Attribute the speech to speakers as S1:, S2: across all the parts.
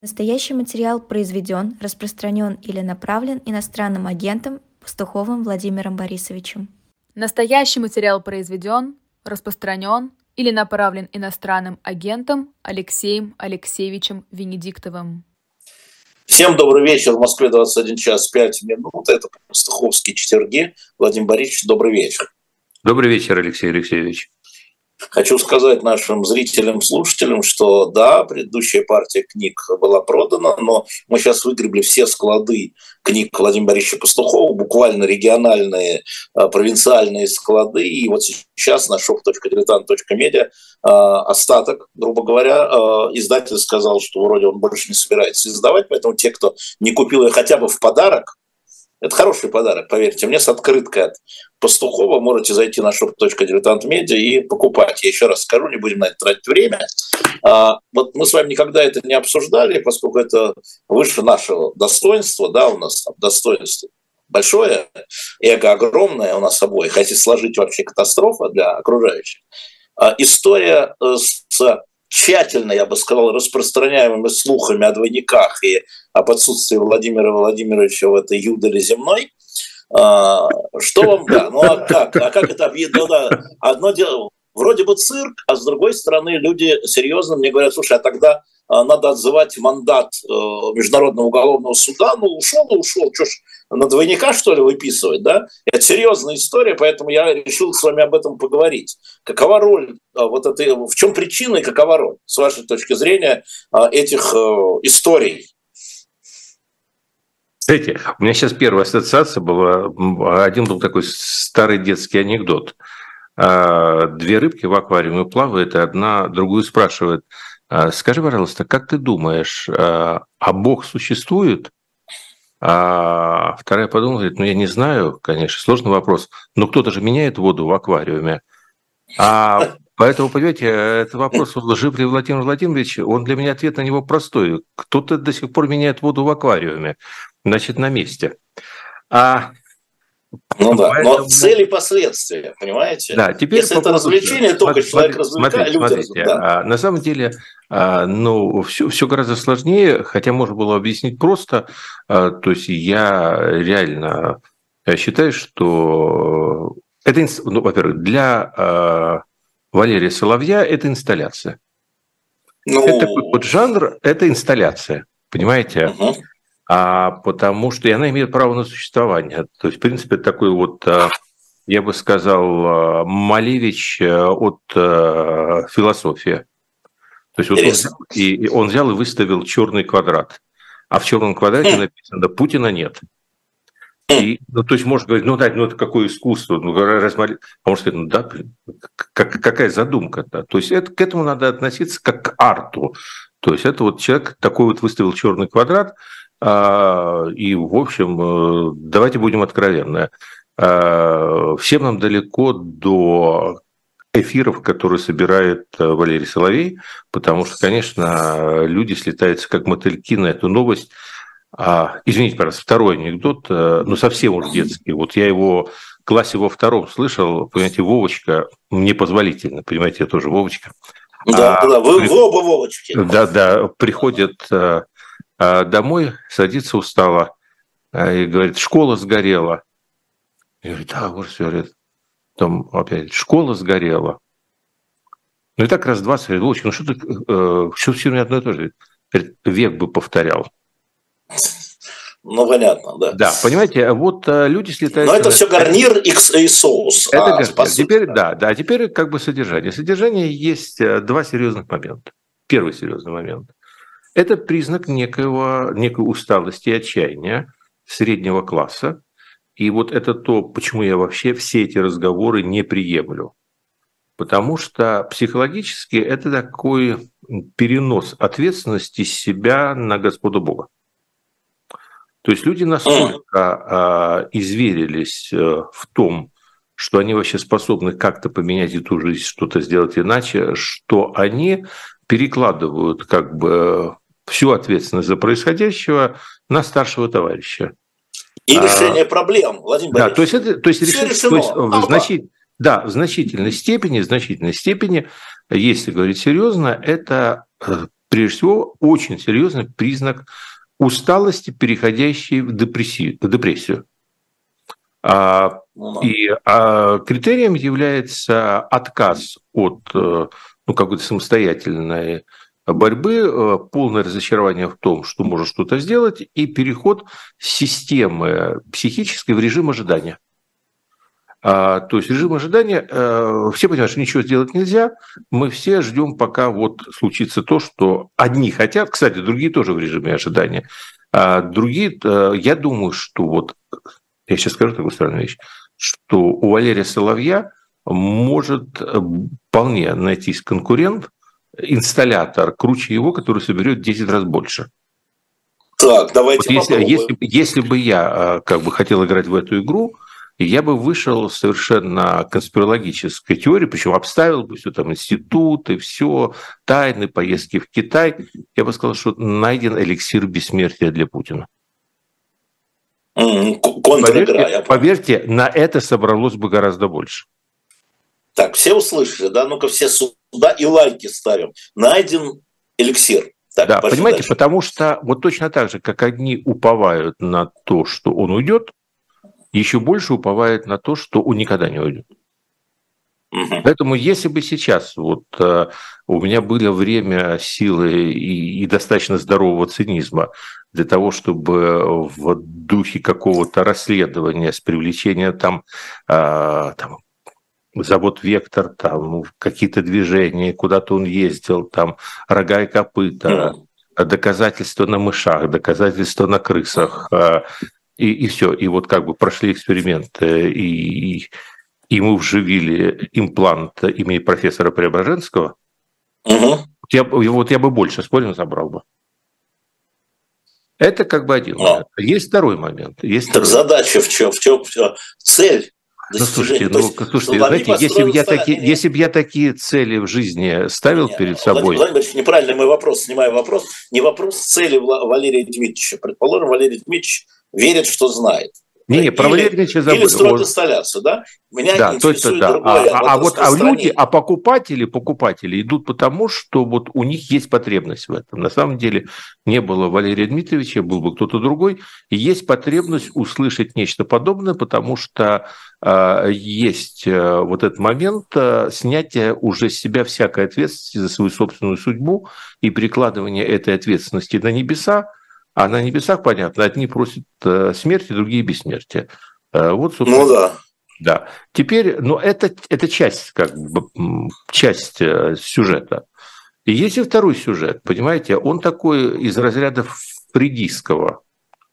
S1: Настоящий материал произведен, распространен или направлен иностранным агентом Пастуховым Владимиром Борисовичем.
S2: Настоящий материал произведен, распространен или направлен иностранным агентом Алексеем Алексеевичем Венедиктовым.
S3: Всем добрый вечер. В Москве 21 час 5 минут. Это Пастуховские четверги. Владимир Борисович, добрый вечер.
S4: Добрый вечер, Алексей Алексеевич.
S3: Хочу сказать нашим зрителям, слушателям, что да, предыдущая партия книг была продана, но мы сейчас выгребли все склады книг Владимира Борисовича Пастухова, буквально региональные, провинциальные склады. И вот сейчас на shop.diletant.media остаток, грубо говоря, издатель сказал, что вроде он больше не собирается издавать, поэтому те, кто не купил ее хотя бы в подарок, это хороший подарок, поверьте мне, с открыткой от Пастухова. Можете зайти на shop.diletant.media и покупать. Я еще раз скажу, не будем на это тратить время. Вот мы с вами никогда это не обсуждали, поскольку это выше нашего достоинства, да, у нас там достоинство большое, эго огромное у нас обоих, хотите сложить вообще катастрофа для окружающих. История с тщательно, я бы сказал, распространяемыми слухами о двойниках и об отсутствии Владимира Владимировича в этой юдоле земной. Что вам, да, ну а как это объединено? Ну, да, одно дело, вроде бы цирк, а с другой стороны люди серьезно мне говорят, слушай, а тогда надо отзывать мандат Международного уголовного суда, ну ушел, что ж, на двойника что ли выписывать, да? Это серьезная история, поэтому я решил с вами об этом поговорить. Какова роль, вот этой, в чем причина и какова роль, с вашей точки зрения, этих историй?
S4: Знаете, у меня сейчас первая ассоциация была, один был такой старый детский анекдот. Две рыбки в аквариуме плавают, и одна другую спрашивает: скажи, пожалуйста, как ты думаешь, а Бог существует? А вторая подумала, говорит, ну я не знаю, конечно, сложный вопрос, но кто-то же меняет воду в аквариуме. Поэтому, понимаете, это вопрос, жив ли Владимир Владимирович, он для меня ответ на него простой. Кто-то до сих пор меняет воду в аквариуме, значит, на месте.
S3: Ну да, поэтому... но цели и последствия, понимаете?
S4: Да, теперь
S3: если это развлечение, только человек развлекает, люди
S4: смотрите,
S3: да.
S4: На самом деле, все гораздо сложнее, хотя можно было объяснить просто. То есть я реально считаю, что это, ну, во-первых, для Валерия Соловья это инсталляция. Это такой вот жанр, это инсталляция, понимаете? Потому что и она имеет право на существование. То есть, в принципе, это такой вот, я бы сказал, Малевич от философии. То есть вот он взял и выставил черный квадрат, а в черном квадрате написано «Путина нет». Ну, то есть можно говорить, ну это какое искусство, а можно сказать, ну да, какая задумка-то. То есть к этому надо относиться как к арту. То есть это вот человек такой вот выставил черный квадрат, и, в общем, давайте будем откровенны. Всем нам далеко до эфиров, которые собирает Валерий Соловей, потому что, конечно, люди слетаются как мотыльки на эту новость. Извините, пожалуйста, второй анекдот, ну совсем уж детский. Вот я его в классе во втором слышал, понимаете, Вовочка, непозволительно, понимаете, я тоже Вовочка.
S3: Да, вы оба Вовочки.
S4: Да, приходит домой, садится устало и говорит, школа сгорела. И говорит, вот все, говорит, там опять, школа сгорела. Ну и так раз 20, говорит, Вовочка, ну что ты, что все одно и то же? Говорит, век бы повторял.
S3: Ну, понятно, да.
S4: Да, понимаете, вот люди слетают...
S3: Но это все гарнир и соус.
S4: Это гарнир. Теперь, да, теперь как бы содержание. Содержание есть два серьезных момента. Первый серьезный момент. Это признак некой усталости и отчаяния среднего класса. И вот это то, почему я вообще все эти разговоры не приемлю. Потому что психологически это такой перенос ответственности с себя на Господа Бога. То есть люди настолько изверились в том, что они вообще способны как-то поменять эту жизнь, что-то сделать иначе, что они перекладывают как бы всю ответственность за происходящее на старшего товарища.
S3: И решение проблем, Владимир Борисович.
S4: Да, то есть решение, в значительной степени, если говорить серьезно, это прежде всего, очень серьезный признак усталости, переходящей в депрессию. И критерием является отказ от какой-то самостоятельной борьбы, полное разочарование в том, что можно что-то сделать, и переход с системы психической в режим ожидания. То есть режим ожидания, все понимают, что ничего сделать нельзя, мы все ждем, пока вот случится то, что одни хотят, кстати, другие тоже в режиме ожидания, а другие, я думаю, что вот, я сейчас скажу такую странную вещь, что у Валерия Соловья может вполне найтись конкурент, инсталлятор круче его, который соберет в 10 раз больше.
S3: Так, давайте
S4: вот если бы я хотел играть в эту игру, я бы вышел совершенно конспирологической теории, причем обставил бы все там институты, все, тайны, поездки в Китай. Я бы сказал, что найден эликсир бессмертия для Путина. Поверьте, на это собралось бы гораздо больше.
S3: Так, все услышали, да? Ну-ка все сюда и лайки ставим. Найден эликсир. Так,
S4: да, понимаете, дальше. Потому что вот точно так же, как одни уповают на то, что он уйдет, еще больше уповает на то, что он никогда не уйдет. Поэтому если бы сейчас вот у меня было время, силы и достаточно здорового цинизма для того, чтобы в духе какого-то расследования с привлечением там завод «Вектор», там какие-то движения, куда-то он ездил, там рога и копыта, доказательства на мышах, доказательства на крысах, и все. И вот прошли эксперименты, и мы вживили имплант имени профессора Преображенского. Я бы больше спорим забрал бы. Это один момент. Есть второй момент.
S3: Задача в чем? Цель?
S4: Слушайте, знаете, если бы я такие цели в жизни ставил перед собой...
S3: Владимир Борисович, неправильный мой вопрос, снимаю вопрос. Не вопрос цели Валерия Дмитриевича. Предположим, Валерий Дмитриевич верит, что знает.
S4: Про Валерия Дмитриевича забыли.
S3: Или строит инсталляцию, да? Меня интересует другое.
S4: Покупатели идут потому, что вот у них есть потребность в этом. На самом деле не было Валерия Дмитриевича, был бы кто-то другой. И есть потребность услышать нечто подобное, потому что есть вот этот момент снятия уже с себя всякой ответственности за свою собственную судьбу и перекладывания этой ответственности на небеса. А на небесах, понятно, одни просят смерти, другие бессмертия. Вот, собственно. Да. Теперь, это часть, часть сюжета. И есть и второй сюжет, понимаете, он такой из разряда фрейдистского.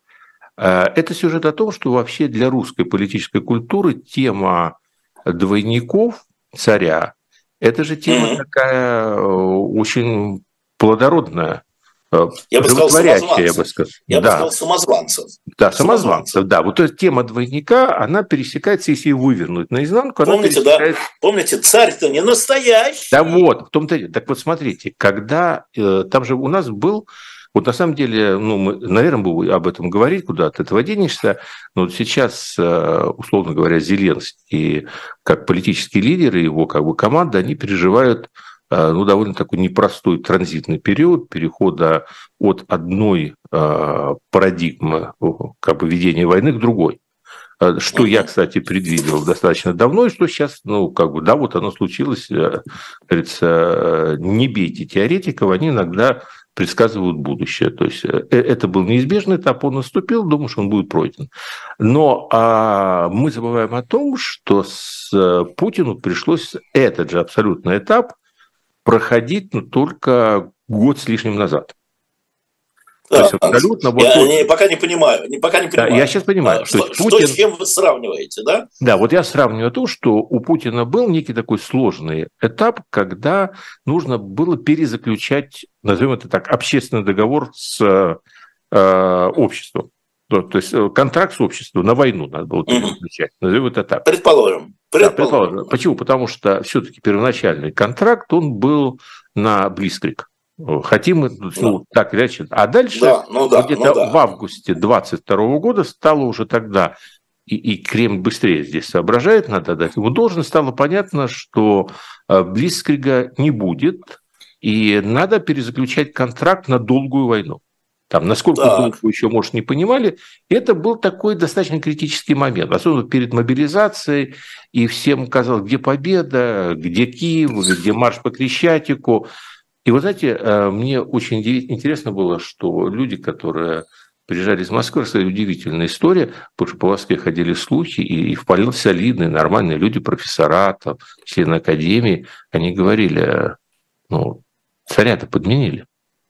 S4: Это сюжет о том, что вообще для русской политической культуры тема двойников царя, это же тема такая очень плодородная.
S3: Я бы сказал самозванцев.
S4: Да, самозванцев, да. Вот эта тема двойника, она пересекается, если ее вывернуть наизнанку.
S3: Помните, царь-то не настоящий.
S4: Да вот, в том-то. Так вот, смотрите, когда там же у нас был, вот на самом деле, мы, наверное, будем об этом говорить, куда от этого денешься, но вот сейчас, условно говоря, Зеленский, как политический лидер и его команда, они переживают довольно такой непростой транзитный период перехода от одной парадигмы ведения войны к другой. Что я, кстати, предвидел достаточно давно, и что сейчас, вот оно случилось, говорится, не бейте теоретиков, они иногда предсказывают будущее. То есть это был неизбежный этап, он наступил, думаю, что он будет пройден. Но мы забываем о том, что с Путину пришлось этот же абсолютный этап проходить только год с лишним назад.
S3: Да, то есть абсолютно я пока не понимаю.
S4: Да, я сейчас понимаю.
S3: Что с чем вы сравниваете, да?
S4: Да, вот я сравниваю то, что у Путина был некий такой сложный этап, когда нужно было перезаключать, назовем это так, общественный договор с обществом. То есть контракт с обществом на войну надо было перезаключать. Назовем это так.
S3: Предположим.
S4: Да, предположим. Почему? Потому что все-таки первоначальный контракт, он был на Блицкриг. Хотим мы, так или иначе. А дальше, в августе 22 года стало уже тогда, и Кремль быстрее здесь соображает, надо дать ему должность, стало понятно, что Блицкрига не будет, и надо перезаключать контракт на долгую войну. Там, насколько долго еще, может, не понимали, это был такой достаточно критический момент, особенно перед мобилизацией, и всем казалось, где победа, где Киев, где марш по Крещатику. И вот знаете, мне очень интересно было, что люди, которые приезжали из Москвы, рассказали удивительная история, потому что по Москве ходили слухи, и вполне солидные, нормальные люди, профессора, там, члены академии, они говорили, ну, царя-то подменили.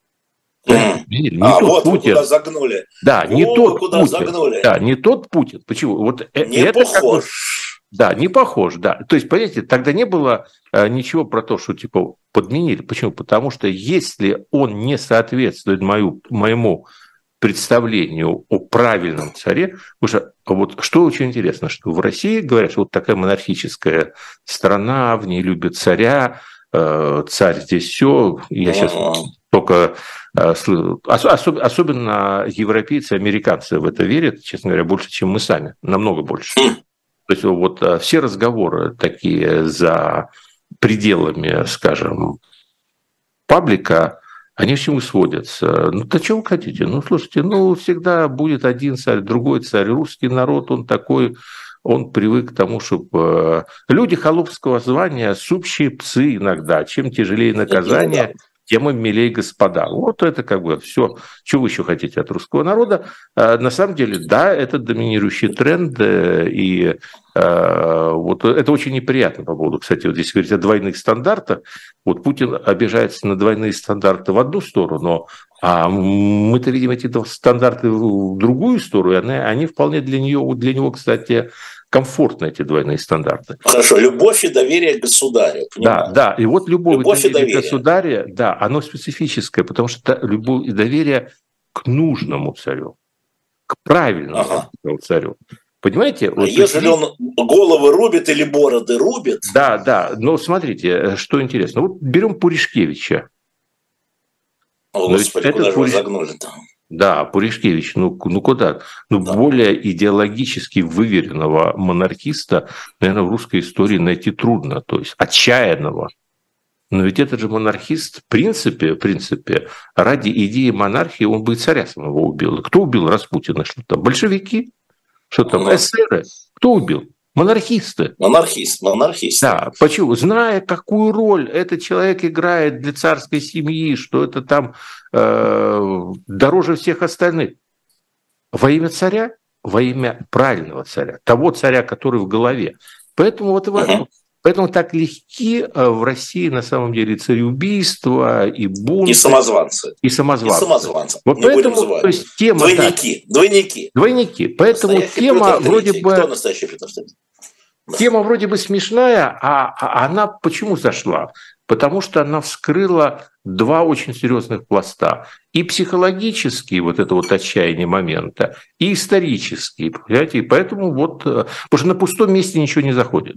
S3: Вот Путин. Вы куда загнули.
S4: Да, не тот Путин. Загнули. Да, не тот Путин. Почему? Вот
S3: не
S4: это
S3: похож.
S4: Да, не похож, да. То есть, понимаете, тогда не было ничего про то, что типа подменили. Почему? Потому что если он не соответствует моему представлению о правильном царе, потому что вот что очень интересно, что в России говорят, что вот такая монархическая страна, в ней любят царя, царь здесь все. Я сейчас только особенно европейцы, американцы в это верят, честно говоря, больше, чем мы сами, намного больше. То есть вот все разговоры такие за пределами, скажем, паблика, они к чему сводятся? Ну, да чего вы хотите? Ну, слушайте, ну, всегда будет один царь, другой царь. Русский народ, он такой, он привык к тому, чтобы люди холопского звания, сущие псы иногда. Чем тяжелее наказание, тем им милее господа. Вот это как бы все. Чего вы еще хотите от русского народа? На самом деле, да, это доминирующий тренд, и вот это очень неприятно по поводу, кстати, вот здесь говорить о двойных стандартах. Вот Путин обижается на двойные стандарты в одну сторону, а мы-то видим эти стандарты в другую сторону, и они вполне для него, кстати, комфортны, эти двойные стандарты.
S3: Хорошо, любовь и доверие к государю.
S4: Понимаю. Да, и вот любовь и доверие к государю, да, оно специфическое, потому что любовь и доверие к нужному царю, к правильному царю. Понимаете? Вот
S3: если он головы рубит или бороды рубит?
S4: Да, но смотрите, что интересно. Вот берем Пуришкевича.
S3: О, Господи, куда же вы загнули-то?
S4: Да, Пуришкевич, ну куда? Ну, да. Более идеологически выверенного монархиста, наверное, в русской истории найти трудно, то есть отчаянного. Но ведь этот же монархист, в принципе, ради идеи монархии он бы и царя самого убил. Кто убил Распутина? Что там? Большевики? Что там? Эсеры? Кто убил? Монархисты.
S3: Монархисты.
S4: Да, почему? Зная, какую роль этот человек играет для царской семьи, что это там дороже всех остальных. Во имя царя, во имя правильного царя, того царя, который в голове. Поэтому поэтому так легки в России на самом деле цареубийства и бунты.
S3: И самозванцы.
S4: Вот поэтому, то есть, тема, двойники. Поэтому настоящий тема вроде бы... Кто настоящий Петр? Тема вроде бы смешная, а она почему зашла? Потому что она вскрыла два очень серьезных пласта. И психологический вот это вот отчаяние момента, и исторический. Понимаете? И поэтому вот... Потому что на пустом месте ничего не заходит.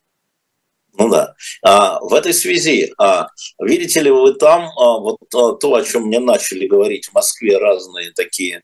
S3: Ну да. В этой связи, видите ли вы там вот то, о чем мне начали говорить в Москве разные такие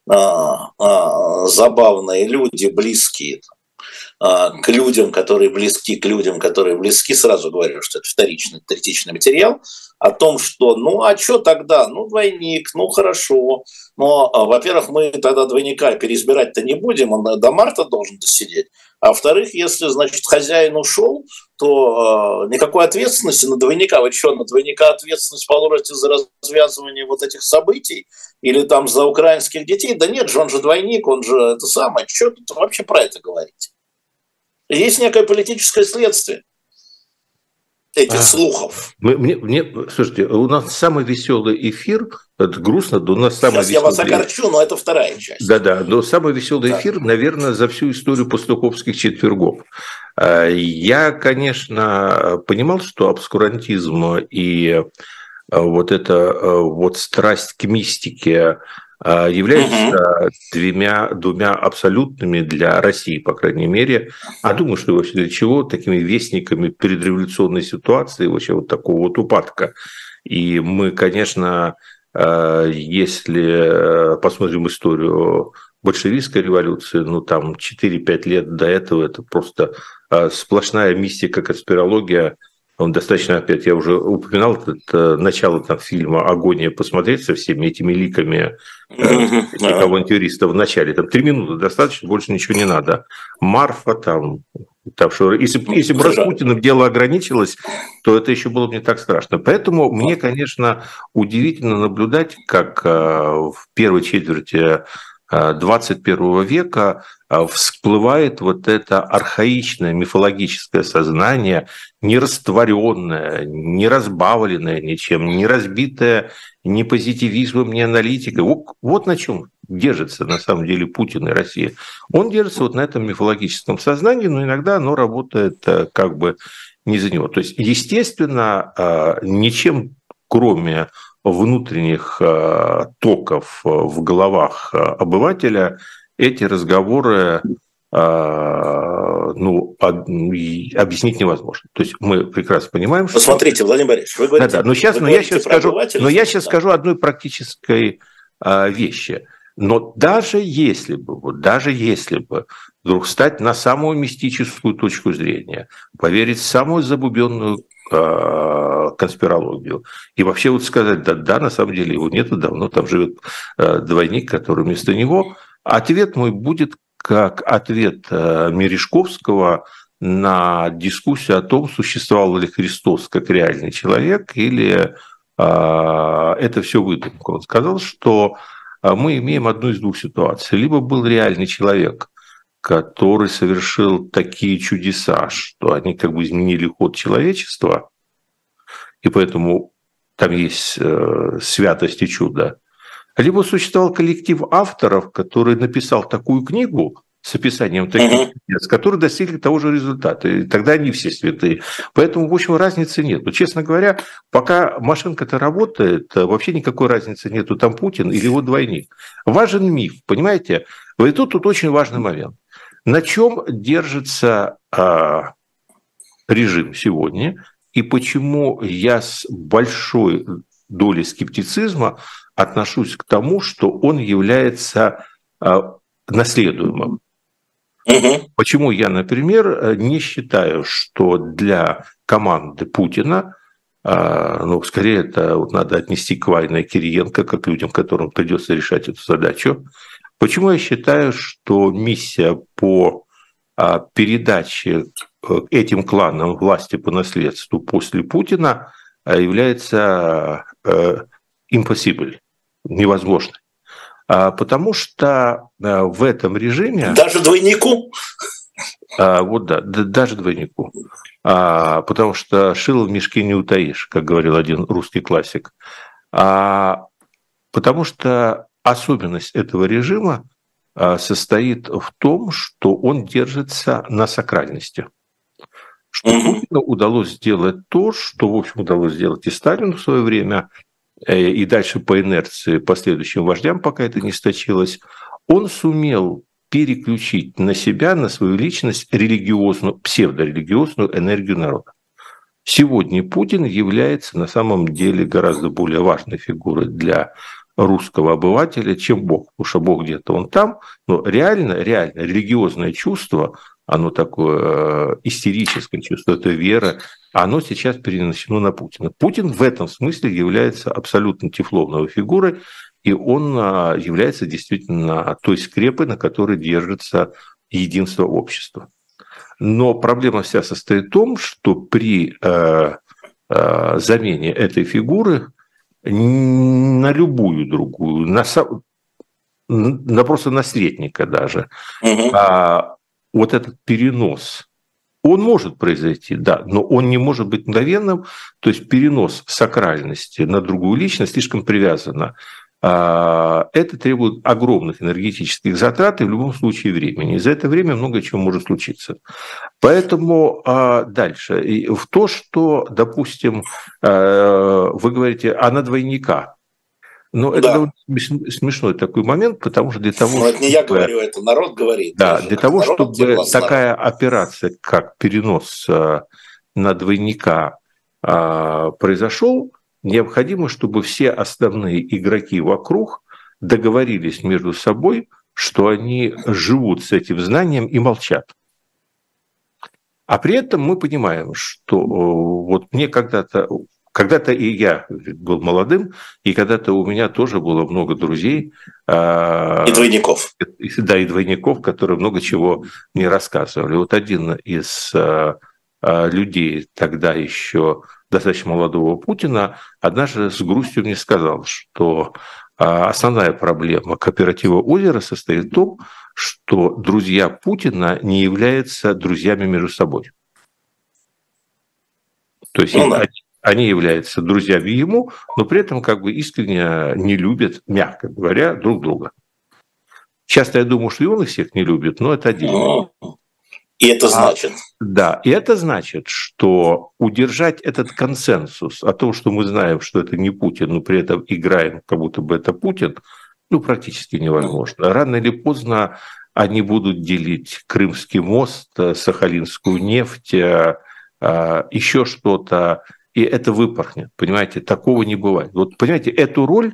S3: забавные люди, близкие к людям, которые близки, сразу говорю, что это вторичный, третичный материал, о том, что, ну а что тогда, ну двойник, ну хорошо, но, во-первых, мы тогда двойника переизбирать-то не будем, он до марта должен досидеть, а во-вторых, если, значит, хозяин ушел, то никакой ответственности на двойника, вы что, на двойника ответственность положите за развязывание вот этих событий или там за украинских детей? Да нет же, он же двойник, он же это самое, что тут вообще про это говорить? Есть некое политическое следствие этих слухов.
S4: Слушайте, у нас самый веселый эфир, это грустно, но у нас самый
S3: веселый... Сейчас я вас огорчу, но это вторая часть.
S4: Да, но самый веселый эфир, наверное, за всю историю пастуховских четвергов. Я, конечно, понимал, что обскурантизм и вот эта вот страсть к мистике являются двумя абсолютными для России, по крайней мере. А думаю, что вообще для чего такими вестниками предреволюционной ситуации, вообще вот такого вот упадка. И мы, конечно, если посмотрим историю большевистской революции, ну там 4-5 лет до этого, это просто сплошная мистика, конспирология, Он достаточно, опять, я уже упоминал это начало там фильма «Агония», посмотреть со всеми этими ликами авантюристов в начале. Там 3 минуты достаточно, больше ничего не надо. Марфа там что, если бы Распутиным дело ограничилось, то это еще было бы не так страшно. Поэтому мне, конечно, удивительно наблюдать, как в первой четверти 21 века всплывает вот это архаичное мифологическое сознание, не растворенное, не разбавленное ничем, не разбитое ни позитивизмом, ни аналитикой. Вот на чем держится на самом деле Путин и Россия. Он держится вот на этом мифологическом сознании, но иногда оно работает как бы не за него. То есть, естественно, ничем кроме внутренних токов в головах обывателя эти разговоры объяснить невозможно. То есть мы прекрасно понимаем, что...
S3: Посмотрите, Владимир Борисович, вы говорите...
S4: Да, но я сейчас скажу одной практической вещи. Но даже если бы вдруг встать на самую мистическую точку зрения, поверить в самую забубенную конспирологию, и вообще вот сказать, да, на самом деле его нету давно, там живет двойник, который вместо него, ответ мой будет как ответ Мережковского на дискуссию о том, существовал ли Христос как реальный человек, или это все выдумка. Он сказал, что мы имеем одну из двух ситуаций. Либо был реальный человек, который совершил такие чудеса, что они как бы изменили ход человечества, и поэтому там есть святость и чудо. Либо существовал коллектив авторов, который написал такую книгу с описанием таких чудес, которые достигли того же результата. И тогда они все святые. Поэтому, в общем, разницы нет. Но, честно говоря, пока машинка-то работает, вообще никакой разницы нету, там Путин или его двойник. Важен миф, понимаете? И тут очень важный момент. На чем держится режим сегодня, и почему я с большой долей скептицизма отношусь к тому, что он является наследуемым. Почему я, например, не считаю, что для команды Путина, скорее это надо отнести к Вайне и Кириенко, как людям, которым придется решать эту задачу. Почему я считаю, что миссия по передаче этим кланам власти по наследству после Путина является impossible, невозможной? Потому что в этом режиме...
S3: Даже двойнику?
S4: Даже двойнику. Потому что шило в мешке не утаишь, как говорил один русский классик. Потому что особенность этого режима состоит в том, что он держится на сакральности. Что Путину удалось сделать то, что, в общем, удалось сделать и Сталину в свое время, и дальше по инерции последующим вождям, пока это не сточилось, он сумел переключить на себя, на свою личность религиозную, псевдорелигиозную энергию народа. Сегодня Путин является на самом деле гораздо более важной фигурой для русского обывателя, чем Бог. Потому что Бог где-то он там, но реально религиозное чувство, оно такое истерическое чувство, это вера, оно сейчас перенесено на Путина. Путин в этом смысле является абсолютно тефлоновой фигурой, и он является действительно той скрепой, на которой держится единство общества. Но проблема вся состоит в том, что при замене этой фигуры на любую другую, на просто наследника даже, вот этот перенос, он может произойти, да, но он не может быть мгновенным, то есть перенос сакральности на другую личность слишком привязано. Это требует огромных энергетических затрат и в любом случае времени. И за это время много чего может случиться. Поэтому дальше. И в то, что, допустим, вы говорите, на двойника. Но это довольно смешной такой момент, потому что для того,
S3: это не я говорю, это народ говорит.
S4: Да, для того, чтобы такая операция, как перенос на двойника произошел, необходимо, чтобы все основные игроки вокруг договорились между собой, что они живут с этим знанием и молчат. А при этом мы понимаем, что вот мне когда-то и я был молодым, и когда-то у меня тоже было много друзей.
S3: И двойников.
S4: Да, и двойников, которые много чего мне рассказывали. Вот один из людей, тогда еще достаточно молодого Путина, однажды с грустью мне сказал, что основная проблема кооператива «Озеро» состоит в том, что друзья Путина не являются друзьями между собой. То есть они являются друзьями ему, но при этом как бы искренне не любят, мягко говоря, друг друга. Часто я думаю, что и он их всех не любит, но это отдельно.
S3: И это значит?
S4: Да, и это значит, что удержать этот консенсус о том, что мы знаем, что это не Путин, но при этом играем, как будто бы это Путин, практически невозможно. Рано или поздно они будут делить Крымский мост, Сахалинскую нефть, еще что-то, и это выпорхнет. Понимаете, такого не бывает. Вот, понимаете, эту роль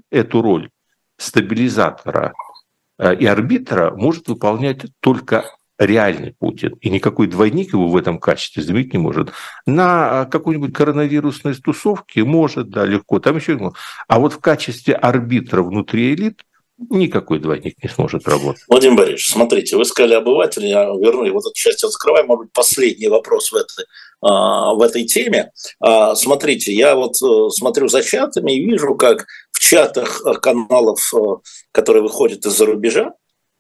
S4: стабилизатора и арбитра может выполнять только реальный Путин. И никакой двойник его в этом качестве заменить не может. На какой-нибудь коронавирусной тусовке может, да, легко. Там еще. А вот в качестве арбитра внутри элит никакой двойник не сможет работать.
S3: Владимир Борисович, смотрите, вы сказали обыватель, я верну вот эту часть, я закрываю, может быть, последний вопрос в этой теме. Смотрите, я вот смотрю за чатами и вижу, как в чатах каналов, которые выходят из-за рубежа,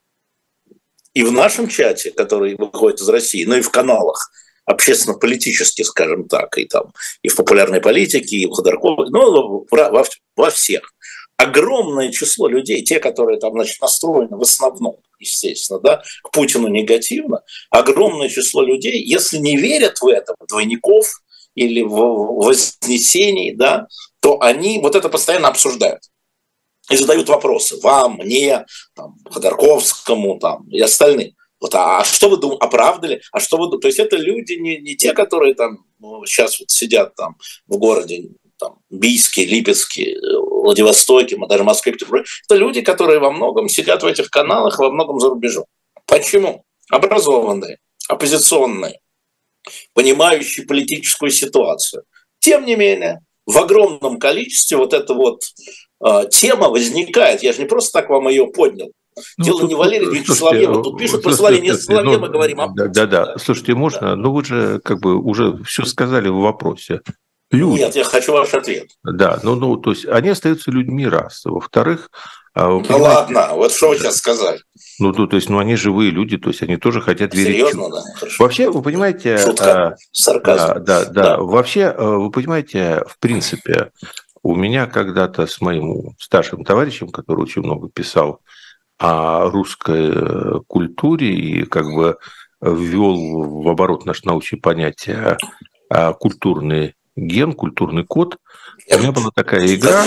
S3: и в нашем чате, который выходит из России, но и в каналах общественно-политических, скажем так, и там и в популярной политике, и в Ходорковой, во всех. Огромное число людей, те, которые там, значит, настроены в основном, естественно, да, к Путину негативно, огромное число людей, если не верят в это, в двойников или в вознесений, да, то они вот это постоянно обсуждают. И задают вопросы вам, мне, там, Ходорковскому там, и остальным. Вот, а что вы думаете, оправдали? А что вы думаете? То есть это люди не те, которые там сейчас вот сидят там в городе, там, Бийске, Липецке, Владивостоке, даже Москве, Петербурге. Это люди, которые во многом сидят в этих каналах, во многом за рубежом. Почему? Образованные, оппозиционные, понимающие политическую ситуацию. Тем не менее, в огромном количестве вот эта вот тема возникает. Я же не просто так вам ее поднял. Дело не Валерий Викторович Соловьева. Тут пишут про Соловьева. Не Соловьева мы говорим, а
S4: Да. Слушайте, можно? Да. Вы же как бы уже все сказали в вопросе. Люди.
S3: Нет, я хочу ваш ответ.
S4: Да, то есть они остаются людьми раз. Во-вторых...
S3: ладно, вот что вы сейчас сказали.
S4: То есть, они живые люди, то есть они тоже хотят верить.
S3: Серьезно, да? Хорошо.
S4: Вообще, вы понимаете...
S3: Шутка, сарказм.
S4: Да. Вообще, вы понимаете, в принципе, у меня когда-то с моим старшим товарищем, который очень много писал о русской культуре и как бы ввел в оборот наше научное понятие культурный ген, культурный код, у меня была такая игра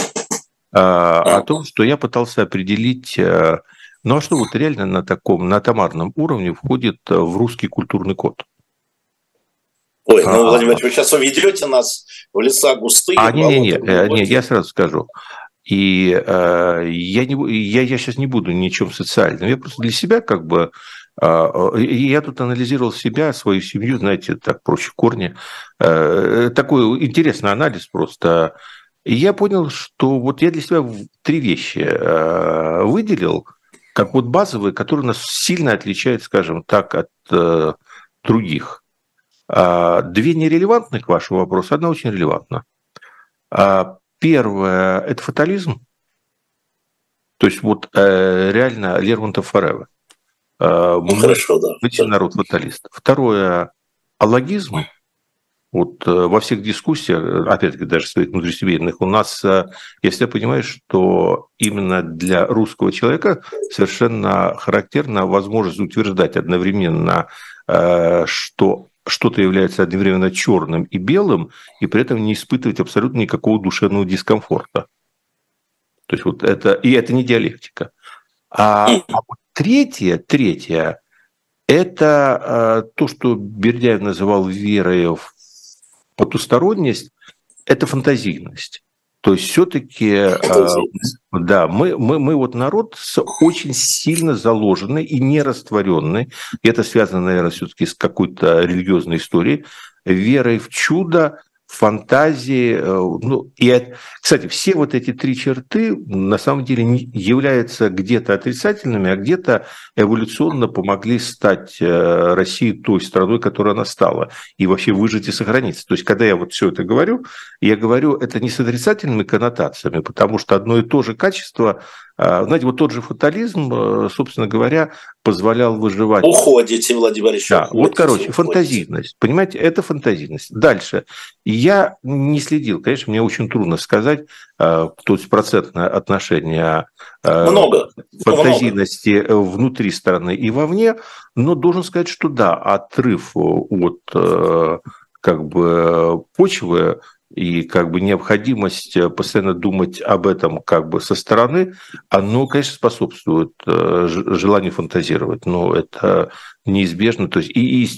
S4: о том, что я пытался определить, а что вот реально на атомарном уровне входит в русский культурный код.
S3: Ой, Владимир, вы сейчас уведете нас в леса густые.
S4: Нет, я сразу скажу. И я сейчас не буду ничем социальным. Я просто для себя как бы... Я тут анализировал себя, свою семью, знаете, так проще корни. Такой интересный анализ просто. И я понял, что вот я для себя 3 вещи выделил, как вот базовые, которые нас сильно отличают, скажем так, от других. 2 нерелевантны к вашему вопросу, 1 очень релевантна. Первое – это фатализм. То есть вот реально Лермонтов forever.
S3: Хорошо, да.
S4: Народ фаталист. Второе – алогизм. Вот во всех дискуссиях, опять-таки даже своих внутрисемейных, у нас, если я понимаю, что именно для русского человека совершенно характерна возможность утверждать одновременно, что что-то является одновременно черным и белым, и при этом не испытывать абсолютно никакого душевного дискомфорта. То есть вот это не диалектика. А вот третье – это то, что Бердяев называл верой в потусторонность, это фантазийность. То есть все-таки, да, мы вот народ очень сильно заложенный и нерастворенный. И это связано, наверное, все-таки с какой-то религиозной историей, верой в чудо, фантазии. Ну, и, кстати, все вот эти три черты на самом деле являются где-то отрицательными, а где-то эволюционно помогли стать России той страной, которой она стала, и вообще выжить и сохраниться. То есть, когда я вот все это говорю, я говорю это не с отрицательными коннотациями, потому что одно и то же качество, знаете, вот тот же фатализм, собственно говоря, позволял выживать.
S3: Уходите, Владимир Ильич.
S4: Да, вот, короче, фантазийность. Понимаете, это фантазийность. Дальше. Я не следил, конечно, мне очень трудно сказать, то есть процентное отношение фантазийности внутри страны и вовне, но должен сказать, что да, отрыв от как бы почвы и как бы необходимость постоянно думать об этом как бы со стороны, оно, конечно, способствует желанию фантазировать, но это неизбежно. То есть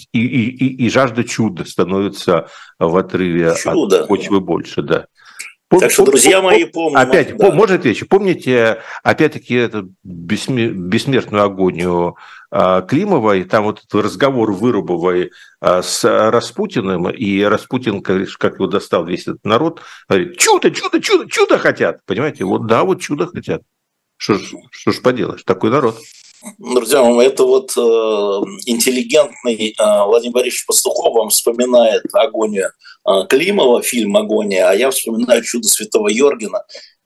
S4: и жажда чуда становится в отрыве от почвы больше, да.
S3: Так что, друзья мои, помним.
S4: Опять, да. Можно отвечу? Помните, опять-таки, эту бессмертную агонию Климова, и там вот этот разговор Вырубовой с Распутиным, и Распутин, как его достал весь этот народ, говорит, чудо хотят. Понимаете, вот да, вот чудо хотят. Что ж поделаешь, такой народ.
S3: Друзья мои, это вот интеллигентный Владимир Борисович Пастухов вам вспоминает агонию Климова, фильм «Агония», а я вспоминаю «Чудо святого Йоргена».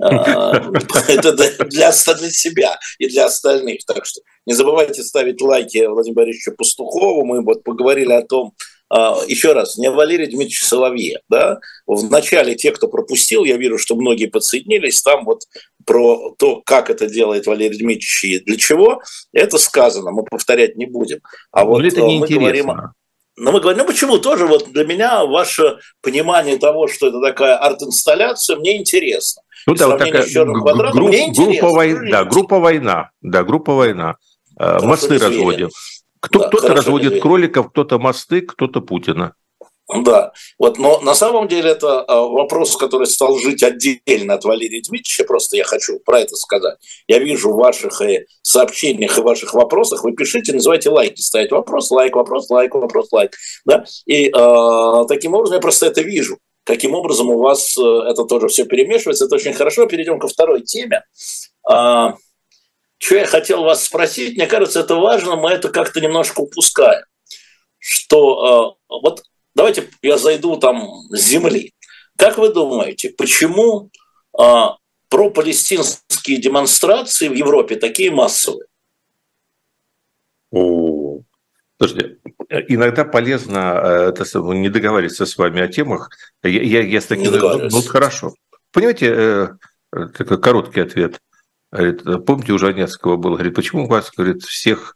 S3: Это для себя и для остальных. Так что не забывайте ставить лайки Владимиру Борисовичу Пастухову. Мы вот поговорили о том, еще раз, не о Валерии Дмитриевиче Соловье. Да? В начале те, кто пропустил, я вижу, что многие подсоединились, там вот про то, как это делает Валерий Дмитриевич и для чего, это сказано, мы повторять не будем. А вот
S4: это неинтересно.
S3: Мы говорим, почему тоже вот для меня ваше понимание того, что это такая арт-инсталляция, мне интересно.
S4: Ну да, вот такая группа «Война». Мосты разводим. Кто-то разводит кроликов, кто-то мосты, кто-то Путина.
S3: Да, вот, но на самом деле это вопрос, который стал жить отдельно от Валерия Дмитриевича, просто я хочу про это сказать. Я вижу в ваших сообщениях и ваших вопросах, вы пишите, называйте лайки, ставить вопрос, лайк, да, и таким образом я просто это вижу. Каким образом у вас это тоже все перемешивается, это очень хорошо. Перейдем ко второй теме. Что я хотел вас спросить, мне кажется, это важно, мы это как-то немножко упускаем, что вот давайте я зайду там с земли. Как вы думаете, почему пропалестинские демонстрации в Европе такие массовые?
S4: Слушайте, иногда полезно не договариваться с вами о темах. Я с таким... Ну, хорошо. Понимаете, такой короткий ответ. Говорит, помните, у Жванецкого было, говорит, почему у вас, говорит, всех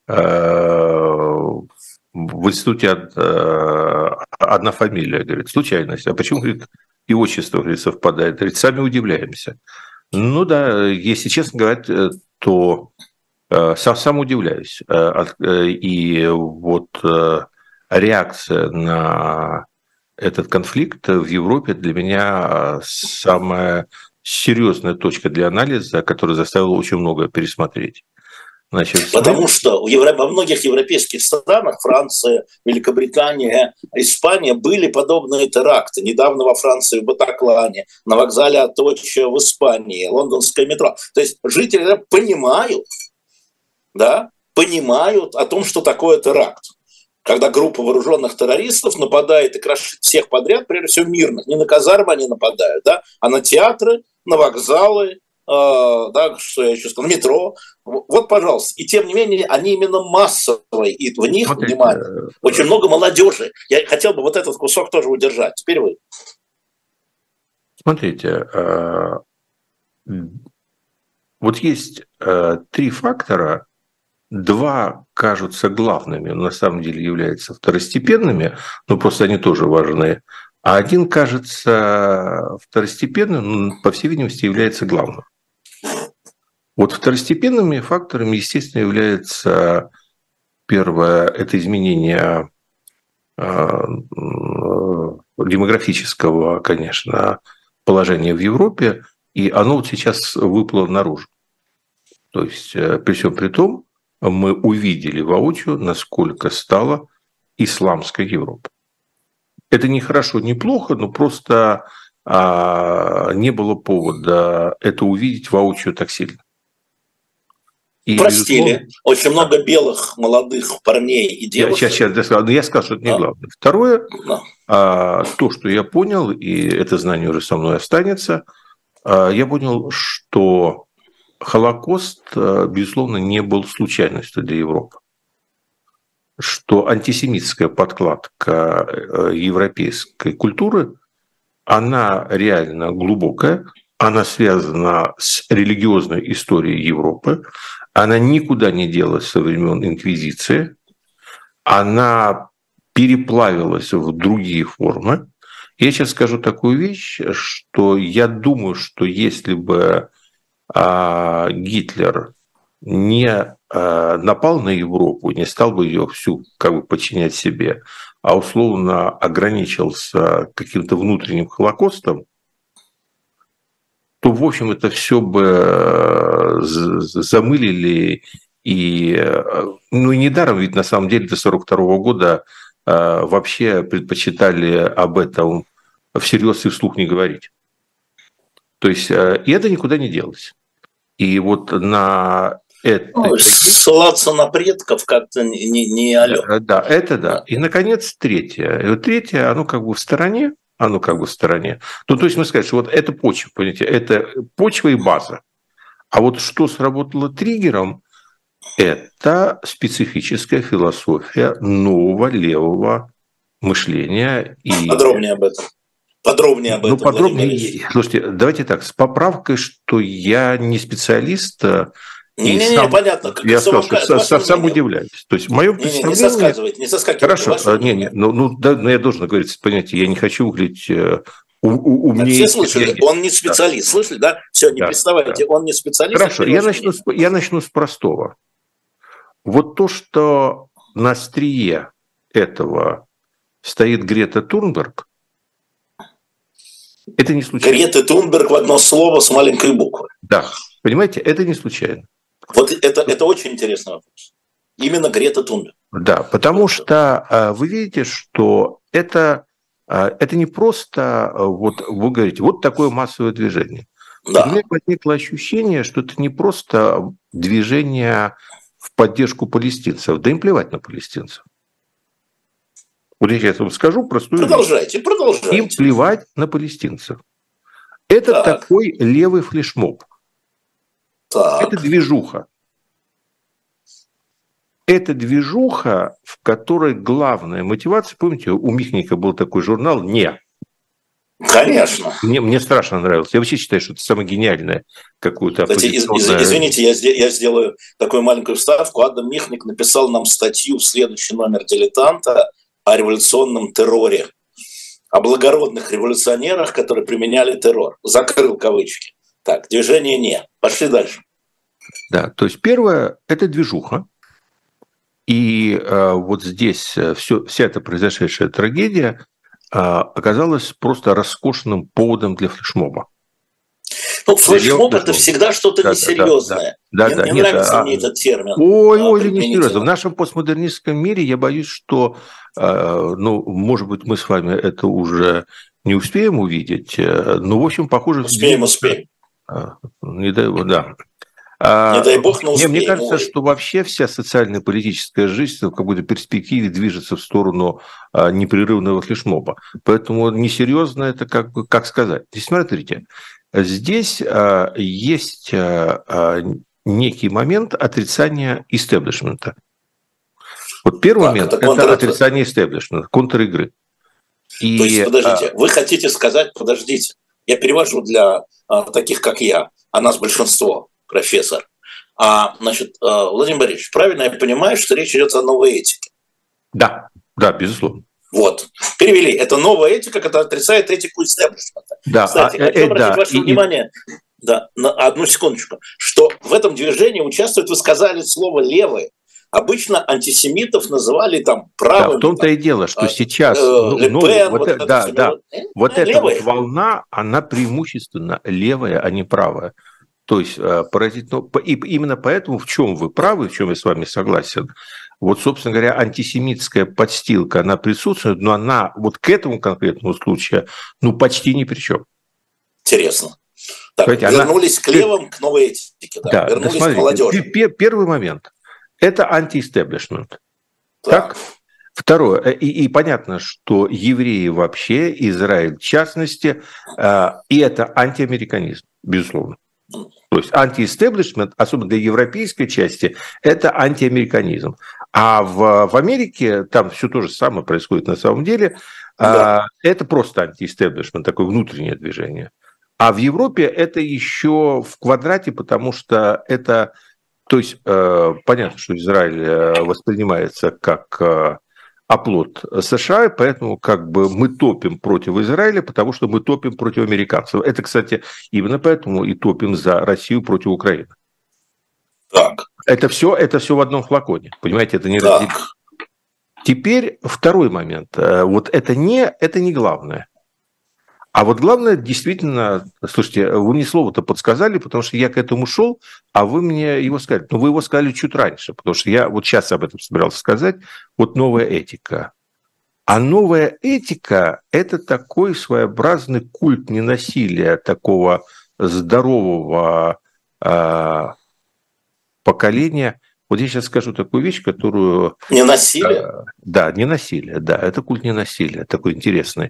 S4: в институте одна фамилия, говорит, случайность. А почему, говорит, и отчество, говорит, совпадает? Говорит, сами удивляемся. Ну да, если честно говорить, то сам удивляюсь. И вот реакция на этот конфликт в Европе для меня самая серьезная точка для анализа, которая заставила очень многое пересмотреть. Значит,
S3: потому что во многих европейских странах, Франция, Великобритания, Испания, были подобные теракты. Недавно во Франции, в Батаклане, на вокзале Аточа в Испании, лондонское метро. То есть жители понимают о том, что такое теракт. Когда группа вооруженных террористов нападает и крошит всех подряд, прежде всего мирных. Не на казармы они нападают, да, а на театры, на вокзалы, да, что я еще сказал, метро. Вот, пожалуйста. И тем не менее, они именно массовые, и в них, внимание, очень много молодежи. Я хотел бы вот этот кусок тоже удержать. Теперь вы.
S4: Смотрите, вот есть три фактора. Два кажутся главными, но на самом деле являются второстепенными, но просто они тоже важны. А один кажется второстепенным, но, по всей видимости, является главным. Вот второстепенными факторами, естественно, является первое – это изменение демографического, конечно, положение в Европе, и оно вот сейчас выплыло наружу. То есть, при всем при том, мы увидели воочию, насколько стала исламская Европа. Это не хорошо, не плохо, но просто не было повода это увидеть воочию так сильно.
S3: И, простили. Очень много белых молодых парней и девушек.
S4: Я скажу, что это не главное. Второе, то, что я понял, и это знание уже со мной останется, я понял, что Холокост, безусловно, не был случайностью для Европы. Что антисемитская подкладка европейской культуры, она реально глубокая, она связана с религиозной историей Европы, она никуда не делась со времен Инквизиции, она переплавилась в другие формы. Я сейчас скажу такую вещь, что я думаю, что если бы Гитлер не напал на Европу, не стал бы ее всю как бы подчинять себе, а условно ограничился каким-то внутренним Холокостом, то, в общем, это все бы замылили. И недаром, ведь на самом деле до 1942 года вообще предпочитали об этом всерьез и вслух не говорить. То есть, и это никуда не делось. И вот на это...
S3: Ссылаться на предков как-то не алё.
S4: Да, это да. И, наконец, третье. И вот третье, оно как бы в стороне. Ну, то есть мы сказать, что вот это почва, понимаете, это почва и база. А вот что сработало триггером, это специфическая философия нового левого мышления. И...
S3: Подробнее об этом.
S4: Подробнее. Слушайте, давайте так, с поправкой, что я не специалист.
S3: Понятно.
S4: Я сказал, что сам удивляюсь. То есть мое представление...
S3: Не соскакивайте.
S4: Хорошо, я должен говорить, понимаете, я не хочу выглядеть умнее.
S3: Все слышали, он не специалист, слышали, да? Все, не приставайте, он не специалист.
S4: Хорошо, я начну с простого. Вот то, что на острие этого стоит Грета Тунберг, это не случайно.
S3: Грета Тунберг в одно слово с маленькой буквы.
S4: Да, понимаете, это не случайно.
S3: Вот это очень интересный вопрос. Именно Грета Тунберг.
S4: Да, потому что вы видите, что это не просто, вот вы говорите, вот такое массовое движение. Да. У меня возникло ощущение, что это не просто движение в поддержку палестинцев, да им плевать на палестинцев. Вот я сейчас вам скажу простую
S3: Продолжайте.
S4: Им плевать на палестинцев. Это такой левый флешмоб. Это движуха. Это движуха, в которой главная мотивация, помните, у Михника был такой журнал «Не».
S3: Конечно.
S4: Мне страшно нравилось. Я вообще считаю, что это самое гениальное какое-то
S3: оппозиционное... Извините, я сделаю такую маленькую вставку. Адам Михник написал нам статью в следующий номер «Дилетанта» о революционном терроре, о благородных революционерах, которые применяли террор. Закрыл кавычки. Так, движение «Не». Пошли дальше.
S4: Да, то есть первое – это движуха. И вот здесь вся эта произошедшая трагедия оказалась просто роскошным поводом для флешмоба.
S3: Флешмоб – это всегда что-то несерьезное. Мне нравится мне этот термин.
S4: Ой, несерьезно. В нашем постмодернистском мире я боюсь, что, может быть, мы с вами это уже не успеем увидеть, но, в общем, похоже...
S3: Успеем.
S4: Не дай бог, да.
S3: Не дай бог, но успеем.
S4: Мне кажется, что вообще вся социальная политическая жизнь в какой-то перспективе движется в сторону непрерывного флешмоба. Поэтому несерьезно это как сказать. Здесь, смотрите, здесь есть некий момент отрицания истеблишмента. Вот первый момент – это отрицание истеблишмента, контр-игры.
S3: То есть, подождите, вы хотите сказать, я перевожу для таких, как я, а нас большинство, профессор. Владимир Борисович, правильно я понимаю, что речь идет о новой этике?
S4: Да, безусловно.
S3: Вот. Перевели. Это новая этика, которая отрицает этику истеблишмента.
S4: Да.
S3: Кстати, хочу обратить ваше внимание, на одну секундочку, что в этом движении участвуют, вы сказали слово «левые», обычно антисемитов называли там правыми.
S4: Да, в том-то и дело, что сейчас эта вот волна, она преимущественно левая, а не правая. То есть поразительно. И именно поэтому, в чем вы правы, в чем я с вами согласен, вот, собственно говоря, антисемитская подстилка, она присутствует, но она вот к этому конкретному случаю, почти ни при чем.
S3: Интересно. Так, вернулись к левым, к новой этике. Да, вернулись к молодежи.
S4: Первый момент. Это антиэстеблишмент. Так? Второе. И понятно, что евреи вообще, Израиль в частности, и это антиамериканизм, безусловно. То есть антиэстеблишмент, особенно для европейской части, это антиамериканизм. А в Америке там все то же самое происходит на самом деле. Да. Это просто антиэстеблишмент, такое внутреннее движение. А в Европе это еще в квадрате, потому что это... То есть понятно, что Израиль воспринимается как оплот США, и поэтому как бы мы топим против Израиля, потому что мы топим против американцев. Это, кстати, именно поэтому и топим за Россию против Украины.
S3: Так.
S4: Это все в одном флаконе, понимаете, это не разделено. Теперь второй момент. Вот это не главное. А вот главное, действительно, слушайте, вы мне слово-то подсказали, потому что я к этому шел, а вы мне его сказали. Но вы его сказали чуть раньше, потому что я вот сейчас об этом собирался сказать. Вот новая этика. А новая этика – это такой своеобразный культ ненасилия, такого здорового поколения. Вот я сейчас скажу такую вещь, которую...
S3: Ненасилие?
S4: Да, ненасилие, да, это культ ненасилия, такой интересный.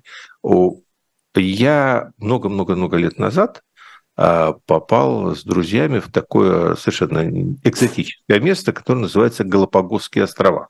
S4: Я много-много-много лет назад попал с друзьями в такое совершенно экзотическое место, которое называется Галапагосские острова.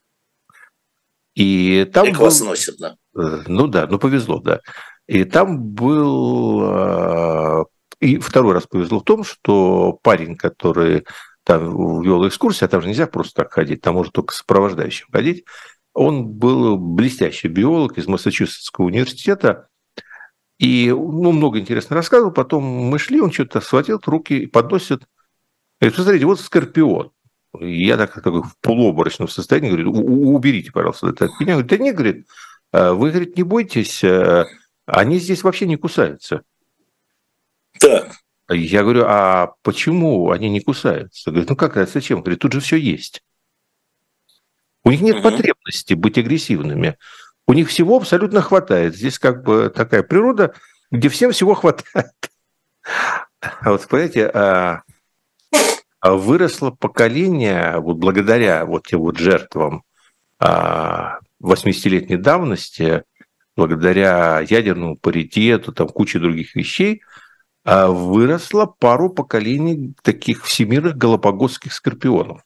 S4: И там
S3: как вас носят, да?
S4: Повезло, да. И там был... И второй раз повезло в том, что парень, который там вел экскурсию, а там же нельзя просто так ходить, там можно только сопровождающим ходить, он был блестящий биолог из Массачусетского университета, и много интересно рассказывал. Потом мы шли, он что-то схватил, руки и подносит. Говорит, посмотрите, вот скорпион. И я так в полуобморочном состоянии говорю, уберите, пожалуйста, это от меня. Говорит, да нет, говорит, вы, говорит, не бойтесь, они здесь вообще не кусаются.
S3: Так.
S4: Я говорю, а почему они не кусаются? Говорит, как это, зачем? Говорит, тут же все есть. У них нет потребности быть агрессивными. У них всего абсолютно хватает. Здесь как бы такая природа, где всем всего хватает. А вот, понимаете, выросло поколение, вот благодаря вот тем вот жертвам 80-летней давности, благодаря ядерному паритету, там куче других вещей, выросло пару поколений таких всемирных галапагосских скорпионов.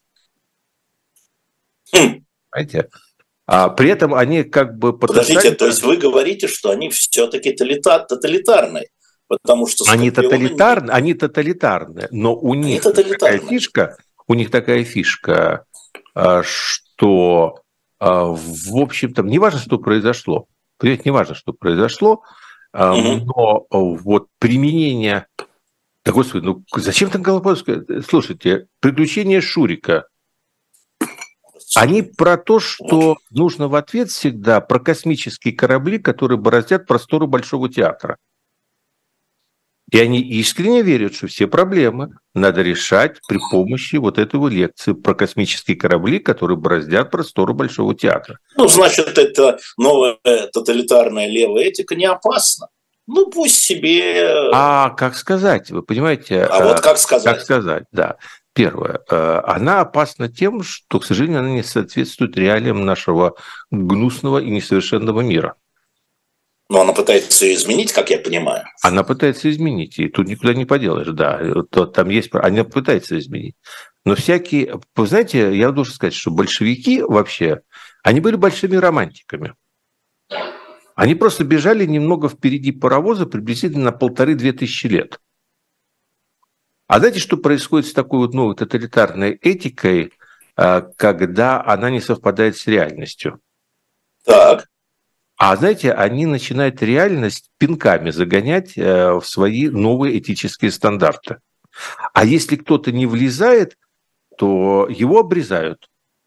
S4: Понимаете? А при этом они как бы...
S3: Подождите, то есть вы говорите, что они все-таки тоталитарные, потому что...
S4: Они тоталитарные, но у них такая фишка, что, в общем-то, не важно, что произошло, понимаете, не важно, что произошло, но вот применение... Да, господи, зачем там Галапагосское? Слушайте, приключения Шурика, они про то, что нужно в ответ всегда про космические корабли, которые бороздят просторы Большого театра. И они искренне верят, что все проблемы надо решать при помощи вот этой лекции про космические корабли, которые бороздят просторы Большого театра.
S3: Значит, это новая тоталитарная левая этика не опасна. Пусть себе...
S4: как сказать, вы понимаете?
S3: Вот как сказать?
S4: Как сказать, да. Первое. Она опасна тем, что, к сожалению, она не соответствует реалиям нашего гнусного и несовершенного мира.
S3: Но она пытается ее изменить, как я понимаю.
S4: Она пытается изменить, и тут никуда не поделаешь, да. Там есть... Она пытается изменить. Но всякие... Вы знаете, я должен сказать, что большевики вообще, они были большими романтиками. Они просто бежали немного впереди паровоза приблизительно на 1500-2000 лет. А знаете, что происходит с такой вот новой тоталитарной этикой, когда она не совпадает с реальностью?
S3: Так.
S4: А знаете, они начинают реальность пинками загонять в свои новые этические стандарты. А если кто-то не влезает, то его обрезают.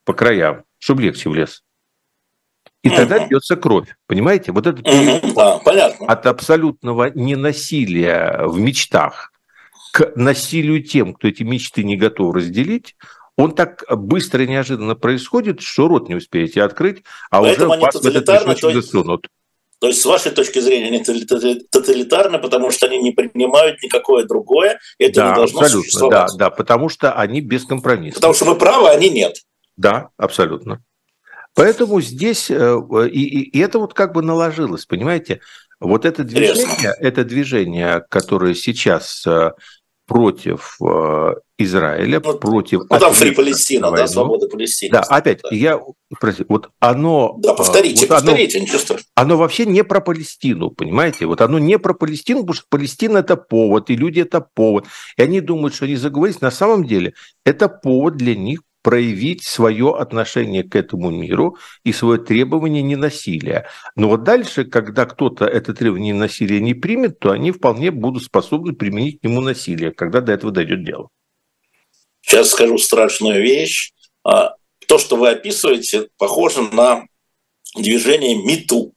S4: по краям, чтобы легче влез. И тогда льется кровь. Понимаете? Вот это
S3: понятно.
S4: От абсолютного ненасилия в мечтах к насилию тем, кто эти мечты не готов разделить, он так быстро и неожиданно происходит, что рот не успеете открыть, а
S3: поэтому
S4: уже вас в этот мешочек засунут.
S3: То есть, с вашей точки зрения, они тоталитарны, потому что они не принимают никакое другое, и это не должно существовать.
S4: Да, потому что они бескомпромиссны.
S3: Потому что вы правы, они нет.
S4: Да, абсолютно. Поэтому здесь, и это вот как бы наложилось, понимаете? Вот это движение, которое сейчас против Израиля, против...
S3: Ну, там Фри Палестина, да, свобода Палестины.
S4: Да, опять, вот оно...
S3: Да, повторите, ничего страшного.
S4: Оно вообще не про Палестину, понимаете? Вот оно не про Палестину, потому что Палестина – это повод, и люди – это повод. И они думают, что они заговорились. На самом деле это повод для них проявить свое отношение к этому миру и свое требование ненасилия. Но вот дальше, когда кто-то это требование ненасилия не примет, то они вполне будут способны применить к нему насилие, когда до этого дойдет дело.
S3: Сейчас скажу страшную вещь. То, что вы описываете, похоже на движение МИТУ.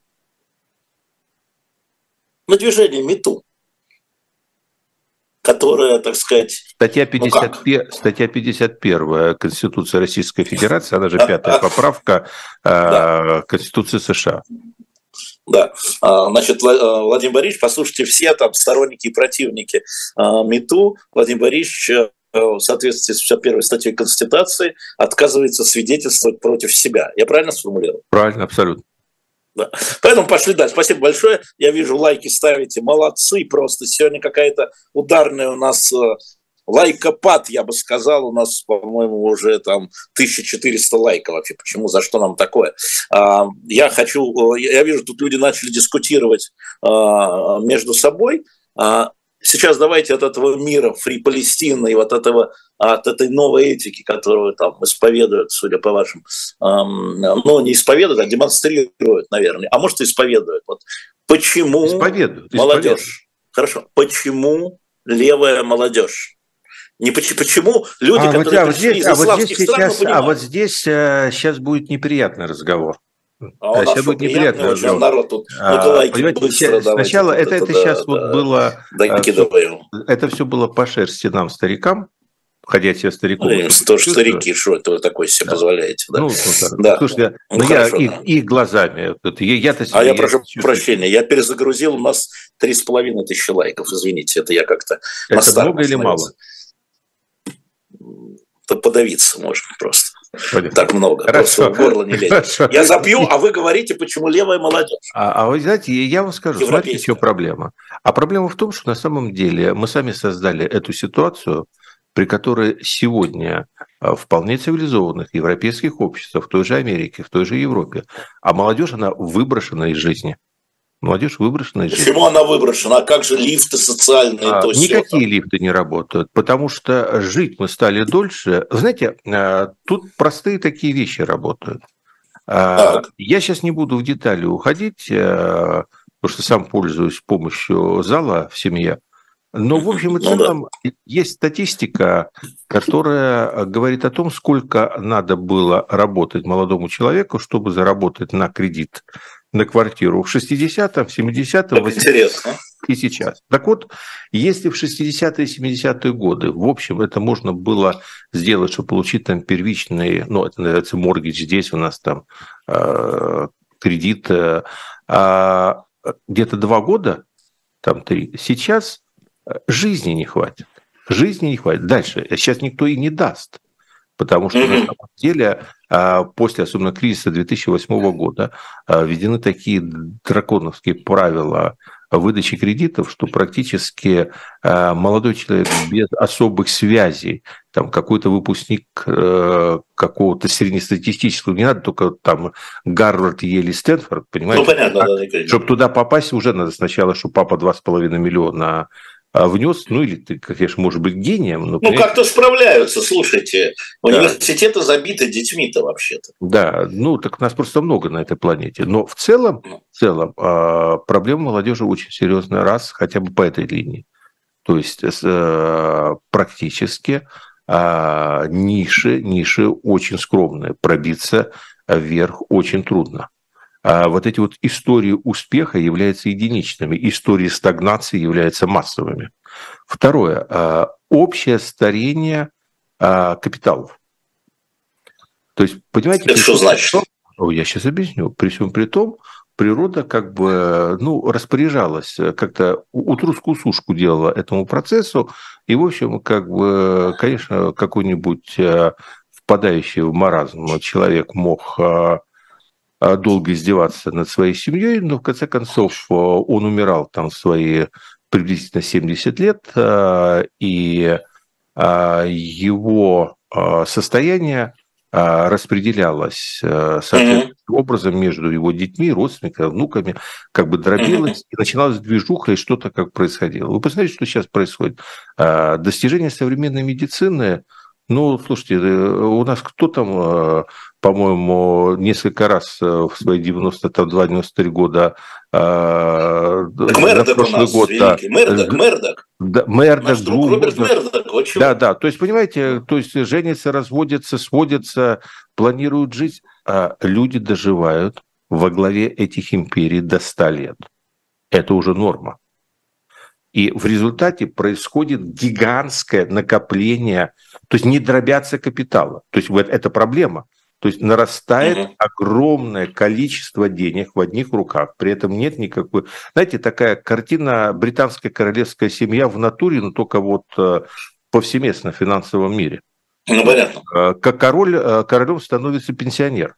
S3: На движение МИТУ, которая, так сказать...
S4: Статья 51 Конституции Российской Федерации, она же 5-я поправка Конституции США.
S3: Да, значит, Владимир Борисович, послушайте, все там сторонники и противники МИТУ, Владимир Борисович в соответствии с 51 статьей Конституции отказывается свидетельствовать против себя. Я правильно сформулировал?
S4: Правильно, абсолютно.
S3: Да. Поэтому пошли дальше. Спасибо большое. Я вижу, лайки ставите. Молодцы просто. Сегодня какая-то ударная у нас лайкопад, я бы сказал. У нас, по-моему, уже там 1400 лайков вообще. Почему? За что нам такое? Я вижу, тут люди начали дискутировать между собой. Сейчас давайте от этого мира, Фри Палестины и от этой новой этики, которую там исповедуют, судя по вашим, не исповедуют, а демонстрируют, наверное, а может, исповедуют. Вот почему молодежь? Хорошо. Почему левая молодежь? Не почему люди, которые пришли из исламских стран,
S4: вот здесь сейчас будет неприятный разговор.
S3: Сейчас будет неприятный разговор. Народ тут быстро.
S4: Сначала это сейчас вот было... Это все было по шерсти нам, старикам, ходячие стариков.
S3: Тоже старики, что это вы такое себе позволяете? Да?
S4: Слушайте, я их глазами...
S3: Я прошу прощения, я перезагрузил, у нас 3500 лайков, извините, это я как-то...
S4: Это много или мало?
S3: Подавиться можно просто.
S4: Понятно.
S3: Так много. Просто в горло не лезет. Я запью, а вы говорите, почему левая молодежь.
S4: Вы знаете, я вам скажу, смотрите, в чем проблема. А проблема в том, что на самом деле мы сами создали эту ситуацию, при которой сегодня в вполне цивилизованных европейских обществах, в той же Америке, в той же Европе, а молодежь, она выброшена из жизни. Молодежь выброшена из жизни.
S3: Почему она выброшена? А как же лифты социальные?
S4: Никакие лифты не работают, потому что жить мы стали дольше. Знаете, тут простые такие вещи работают. Так. Я сейчас не буду в детали уходить, потому что сам пользуюсь помощью зала в семье. Но, в общем и целом, есть статистика, которая говорит о том, сколько надо было работать молодому человеку, чтобы заработать на кредит на квартиру в 60-м, 70-м, 80-м и сейчас. Так вот, если в 60-е и 70-е годы, в общем, это можно было сделать, чтобы получить там первичный, это называется моргидж, здесь у нас там кредит где-то 2 года, там 3, сейчас жизни не хватит. Жизни не хватит. Дальше. Сейчас никто и не даст. Потому что на самом деле после, особенно кризиса 2008 года, введены такие драконовские правила выдачи кредитов, что практически молодой человек без особых связей, там какой-то выпускник какого-то среднестатистического, не надо только там Гарвард, Йель, Стэнфорд, понимаете?
S3: Понятно,
S4: чтобы туда попасть, уже надо сначала, чтобы папа 2,5 миллиона внес, или ты, конечно, может быть гением.
S3: Как-то справляются, слушайте. Университеты забиты детьми-то вообще-то.
S4: Да, так нас просто много на этой планете. Но в целом проблема молодежи очень серьезная, хотя бы по этой линии. То есть практически ниши очень скромные, пробиться вверх очень трудно. Вот эти вот истории успеха являются единичными, истории стагнации являются массовыми. Второе, общее старение капиталов. То есть, понимаете...
S3: Это что значит?
S4: Я сейчас объясню. При всем при том, природа как бы распоряжалась, как-то утруску-сушку делала этому процессу, и, в общем, как бы, конечно, какой-нибудь впадающий в маразм человек мог долго издеваться над своей семьей, но в конце концов он умирал там в свои приблизительно 70 лет, и его состояние распределялось соответствующим образом между его детьми, родственниками, внуками, как бы дробилось, и начиналась движуха, и что-то как происходило. Вы посмотрите, что сейчас происходит. Достижения современной медицины, слушайте, у нас кто там, по-моему, несколько раз в свои 92-93 года...
S3: Мердок у нас год, великий. Мердок.
S4: Мердок,
S3: Роберт Мердок. Вот чего.
S4: Да. То есть, понимаете, женятся, разводятся, сводятся, планируют жизнь, а люди доживают во главе этих империй до 100 лет. Это уже норма. И в результате происходит гигантское накопление, то есть не дробятся капиталы. То есть это проблема. То есть нарастает огромное количество денег в одних руках, при этом нет никакой... Знаете, такая картина британская королевская семья в натуре, но только вот повсеместно в финансовом мире.
S3: Понятно.
S4: Как королем становится пенсионер.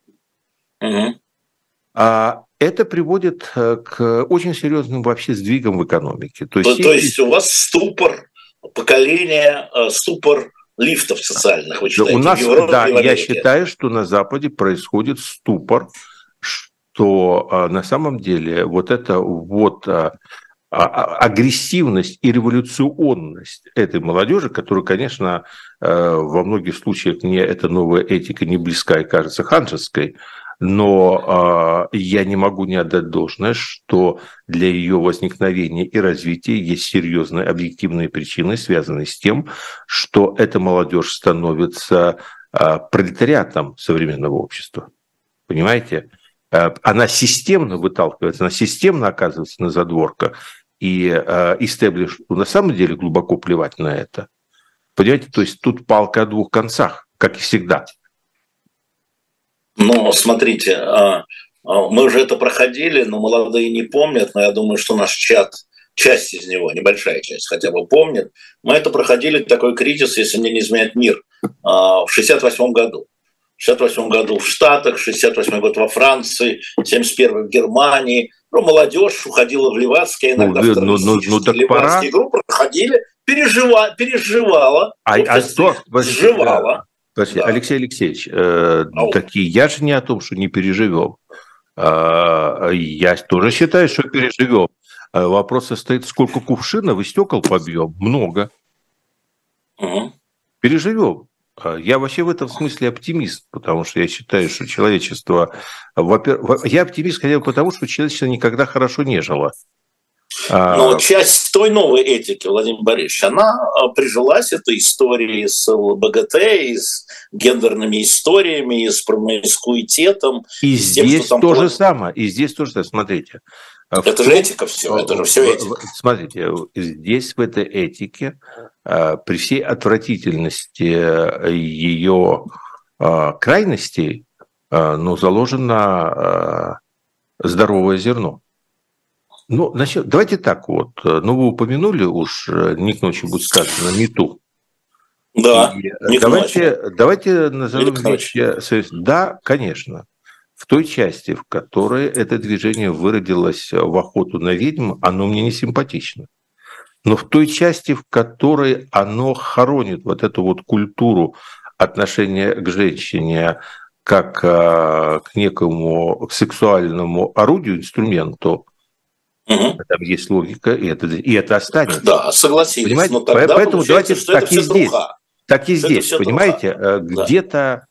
S4: А это приводит к очень серьезным вообще сдвигам в экономике. То есть у вас
S3: ступор поколения, ступор лифтов социальных, вы считаете,
S4: у нас,
S3: в Европе,
S4: да,
S3: и в Америке?
S4: Я считаю, что на Западе происходит ступор, что на самом деле вот эта вот агрессивность и революционность этой молодежи, которая, конечно, во многих случаях мне эта новая этика не близка и кажется ханжеской, но я не могу не отдать должное, что для ее возникновения и развития есть серьезные объективные причины, связанные с тем, что эта молодежь становится пролетариатом современного общества. Понимаете? Она системно выталкивается, она системно оказывается на задворках, и истеблиш на самом деле глубоко плевать на это. Понимаете? То есть тут палка о двух концах, как и всегда.
S3: Но смотрите, мы уже это проходили, но молодые не помнят, но я думаю, что наш чат, часть из него, небольшая часть хотя бы помнит. Мы это проходили, такой кризис, если мне не изменяет мир, в 1968 году. В 1968 году в Штатах, 1968 год во Франции, 1971 в Германии. Молодежь уходила в ливадские, иногда в террористические ливадские группы, проходили, переживала, сживала.
S4: Подожди, да. Алексей Алексеевич, такие, я же не о том, что не переживем. Я тоже считаю, что переживем. Вопрос состоит, сколько кувшинов и стекол побьем? Много. Переживем. Я вообще в этом смысле оптимист, потому что я считаю, что человечество... Я оптимист хотя бы потому, что человечество никогда хорошо не жило.
S3: Но часть той новой этики, Владимир Борисович, она прижилась этой историей с ЛГБТ, и с гендерными историями, и с промискуитетом.
S4: И здесь то же самое. И здесь тоже, смотрите.
S3: Это же этика все, это же все этика.
S4: Смотрите, здесь в этой этике, при всей отвратительности ее крайностей, заложено здоровое зерно. Значит, давайте так вот. Вы упомянули уж, не к ночи будет сказано, МИТУ.
S3: Да,
S4: давайте назовем вещи. Да, конечно. В той части, в которой это движение выродилось в охоту на ведьм, оно мне не симпатично. Но в той части, в которой оно хоронит вот эту вот культуру отношения к женщине как к некому сексуальному орудию, инструменту, там есть логика, и это останется.
S3: Да, согласились.
S4: Понимаете?
S3: Но тогда
S4: поэтому давайте
S3: что
S4: так и здесь.
S3: труха.
S4: Так и здесь, понимаете, где-то...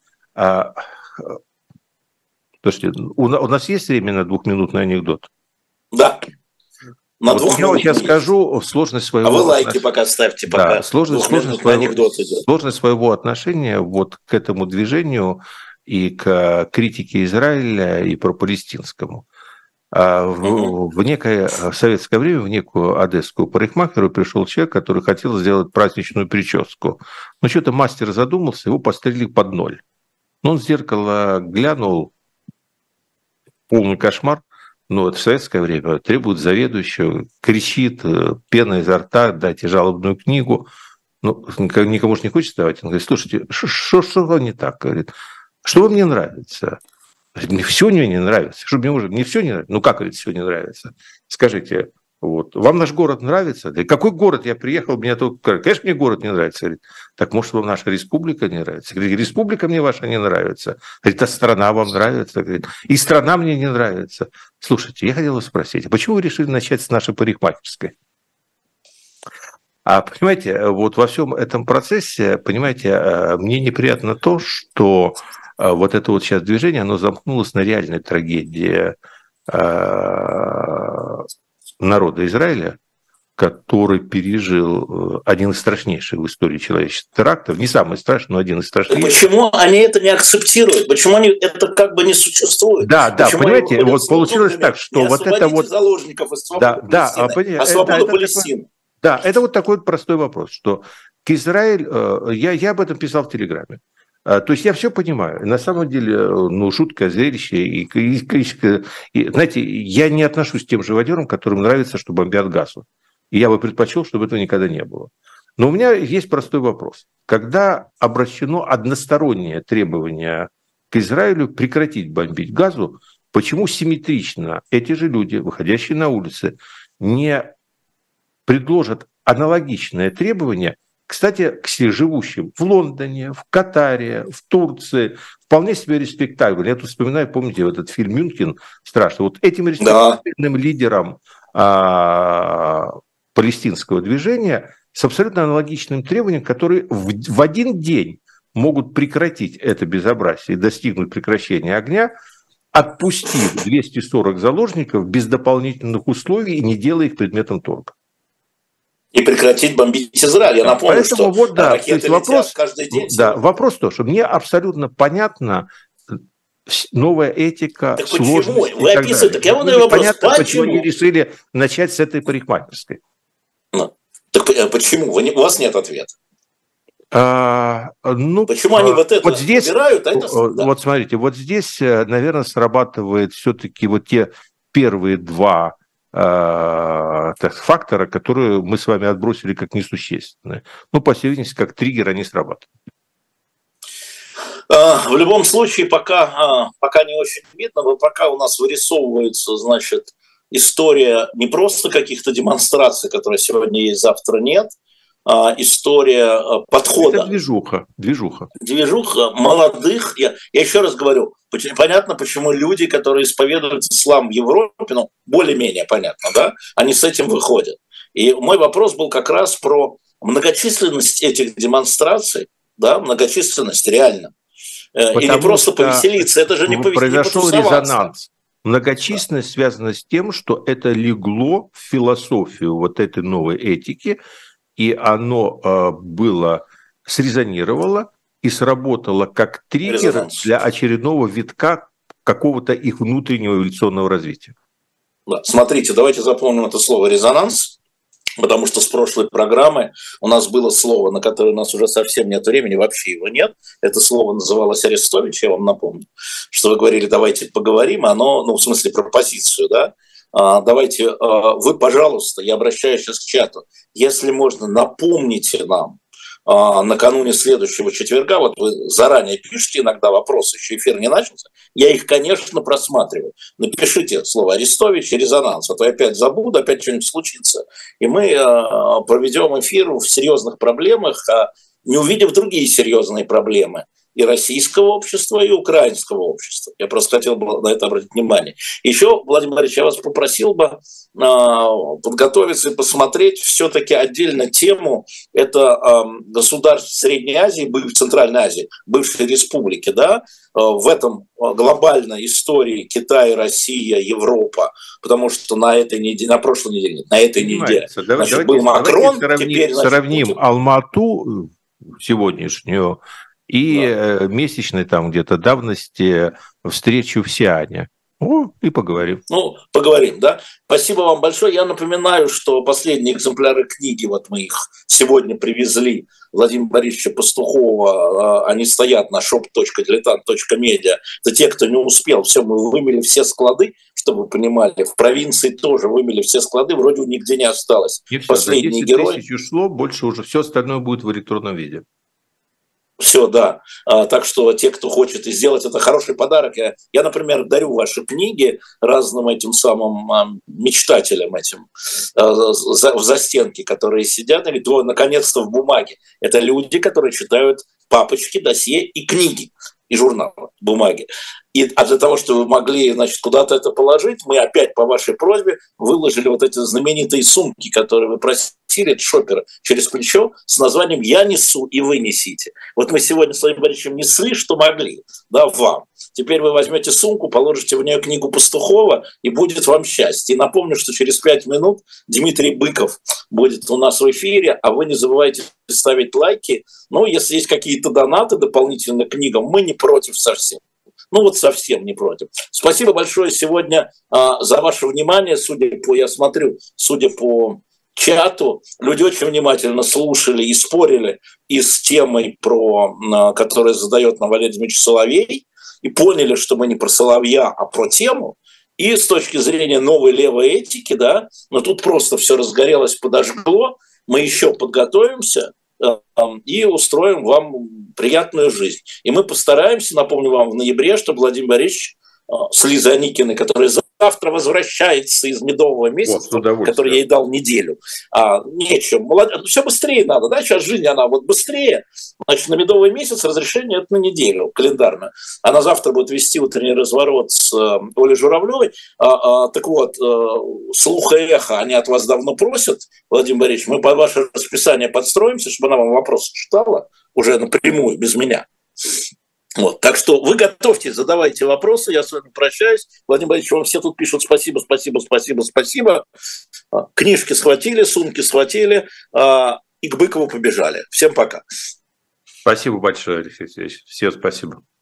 S4: Слушайте, у нас есть время на двухминутный анекдот?
S3: Да. На
S4: вот я вот сейчас скажу сложность своего...
S3: А вы лайки пока ставьте, пока
S4: сложность своего отношения вот к этому движению и к критике Израиля и пропалестинскому. В некое советское время, в некую одесскую парикмахеру пришел человек, который хотел сделать праздничную прическу. Но что-то мастер задумался, его пострелили под ноль. Но он в зеркало глянул, полный кошмар. Но это в советское время требует заведующего, кричит, пена изо рта, дайте жалобную книгу. Ну, никому же не хочется давать. Он говорит, слушайте, что не так? Говорит, что вам не нравится? Говорит, мне все не нравится. Что мне уже не все не нравится? Ну, как, говорит, все не нравится? Скажите, вот, вам наш город нравится? Да какой город? Я приехал, меня тут... Конечно, мне город не нравится. Говорит, так может, вам наша республика не нравится? Говорит, республика мне ваша не нравится. Говорит, а страна вам нравится? Говорит, и страна мне не нравится. Слушайте, я хотел вас спросить, а почему вы решили начать с нашей парикмахерской? А понимаете, вот во всем этом процессе, понимаете, мне неприятно то, что вот это вот сейчас движение, оно замкнулось на реальной трагедии народа Израиля, который пережил один из страшнейших в истории человечества терактов, не самый страшный, но один из страшнейших.
S3: Почему они это не акцептируют? Почему они это как бы не существует?
S4: Да, понимаете, вот получилось так, что вот это вот...
S3: заложников из свободы Палестины.
S4: Да, это вот такой простой вопрос, что к Израилю, я об этом писал в Телеграме. То есть я все понимаю. На самом деле, ну, жуткое зрелище. И, знаете, я не отношусь к тем живодерам, которым нравится, что бомбят Газу. И я бы предпочел, чтобы этого никогда не было. Но у меня есть простой вопрос. Когда обращено одностороннее требование к Израилю прекратить бомбить Газу, почему симметрично эти же люди, выходящие на улицы, не предложат аналогичное требование, кстати, к живущим в Лондоне, в Катаре, в Турции, вполне себе респектабельно. Я тут вспоминаю, помните, вот этот фильм «Мюнхен» страшный. Вот этим респектабельным лидерам палестинского движения с абсолютно аналогичным требованием, которые в один день могут прекратить это безобразие и достигнуть прекращения огня, отпустив 240 заложников без дополнительных условий и не делая их предметом торга.
S3: И прекратить бомбить Израиль. Я напомню,
S4: поэтому,
S3: что
S4: ракеты летят каждый день. Да, вопрос то, что мне абсолютно понятна новая этика,
S3: так
S4: сложность.
S3: Почему? Вы описываете, так я вам вопрос,
S4: понятно, почему они решили начать с этой парикмахерской.
S3: Так почему? У вас нет ответа.
S4: Почему
S3: они вот это
S4: вот здесь,
S3: выбирают, а это...
S4: Вот смотрите, вот здесь, наверное, срабатывает все-таки вот те первые два фактора, которые мы с вами отбросили как несущественные. Ну, по всей видимости, как триггер они срабатывают.
S3: В любом случае, пока не очень видно, пока у нас вырисовывается, значит, история не просто каких-то демонстраций, которые сегодня есть, завтра нет, история подхода.
S4: Это движуха.
S3: Движуха молодых. Я еще раз говорю, понятно, почему люди, которые исповедуют ислам в Европе, ну, более-менее понятно, да, они с этим выходят. И мой вопрос был как раз про многочисленность этих демонстраций, да, многочисленность реально. И не просто повеселиться, это же не повеселиться.
S4: Произошел резонанс. Многочисленность связана с тем, что это легло в философию вот этой новой этики, и оно срезонировало и сработало как триггер для очередного витка какого-то их внутреннего эволюционного развития.
S3: Да. Смотрите, давайте запомним это слово «резонанс», потому что с прошлой программы у нас было слово, на которое у нас уже совсем нет времени, вообще его нет. Это слово называлось Арестович, я вам напомню, что вы говорили, давайте поговорим, оно, ну, в смысле, про позицию, да? Давайте, вы, пожалуйста, я обращаюсь сейчас к чату, если можно, напомните нам накануне следующего четверга, вот вы заранее пишите иногда вопросы, еще эфир не начался, я их, конечно, просматриваю. Напишите слово «Арестович» и «резонанс», а то я опять забуду, опять что-нибудь случится, и мы проведем эфир в серьезных проблемах, не увидев другие серьезные проблемы. и российского общества, и украинского общества. Я просто хотел бы на это обратить внимание. Еще, Владимир Борисович, я вас попросил бы подготовиться и посмотреть все-таки отдельно тему. Это государств Средней Азии, Центральной Азии, бывшей республики, да, в этом глобальной истории Китай, Россия, Европа, потому что на этой неделе, на прошлой неделе, на этой неделе, значит, был Макрон, теперь
S4: сравним Путин. Алмату сегодняшнюю и месячной там где-то давности встречу в Сиане. И поговорим.
S3: Поговорим, да. Спасибо вам большое. Я напоминаю, что последние экземпляры книги, вот мы их сегодня привезли, Владимира Борисовича Пастухова, они стоят на shop.diletant.media. Это те, кто не успел. Все, мы вымели все склады, чтобы вы понимали. В провинции тоже вымели все склады, вроде нигде не осталось.
S4: И все, последний герой. 10 000 ушло, больше уже все остальное будет в электронном виде.
S3: Все, да. Так что те, кто хочет сделать, это хороший подарок. Я, например, дарю ваши книги разным этим самым мечтателям этим в застенке, которые сидят и говорят, наконец-то в бумаге. Это люди, которые читают папочки, досье и книги, и журналы, бумаги. А для того, чтобы вы могли, значит, куда-то это положить, мы опять по вашей просьбе выложили вот эти знаменитые сумки, которые вы просили от шопера через плечо с названием «Я несу, и вы несите». Вот мы сегодня с Владимиром Борисовичем несли, что могли, да, вам. Теперь вы возьмете сумку, положите в нее книгу Пастухова, и будет вам счастье. И напомню, что через 5 минут Дмитрий Быков будет у нас в эфире, а вы не забывайте ставить лайки. Если есть какие-то донаты дополнительно к книгам, мы не против совсем. Совсем не против. Спасибо большое сегодня за ваше внимание. Судя по чату, люди очень внимательно слушали и спорили и с темой, которую задает нам Валерий Дмитриевич Соловей, и поняли, что мы не про Соловья, а про тему. И с точки зрения новой левой этики, да, но тут просто все разгорелось, подожгло. Мы еще подготовимся и устроим вам приятную жизнь. И мы постараемся, напомню вам, в ноябре, чтобы Владимир Борисович с Лизой Аникиной, которая завтра возвращается из медового месяца, который я ей дал неделю. Нечем. Все быстрее надо, да? Сейчас жизнь, она быстрее. Значит, на медовый месяц разрешение это на неделю календарно. Она завтра будет вести утренний разворот с Олей Журавлевой. Так вот, слух и эхо они от вас давно просят, Владимир Борисович, мы под ваше расписание подстроимся, чтобы она вам вопросы читала уже напрямую, без меня. Так что вы готовьтесь, задавайте вопросы, я с вами прощаюсь. Владимир Борисович, вам все тут пишут спасибо. Книжки схватили, сумки схватили и к Быкову побежали. Всем пока.
S4: Спасибо большое, Алексей Алексеевич. Всем спасибо.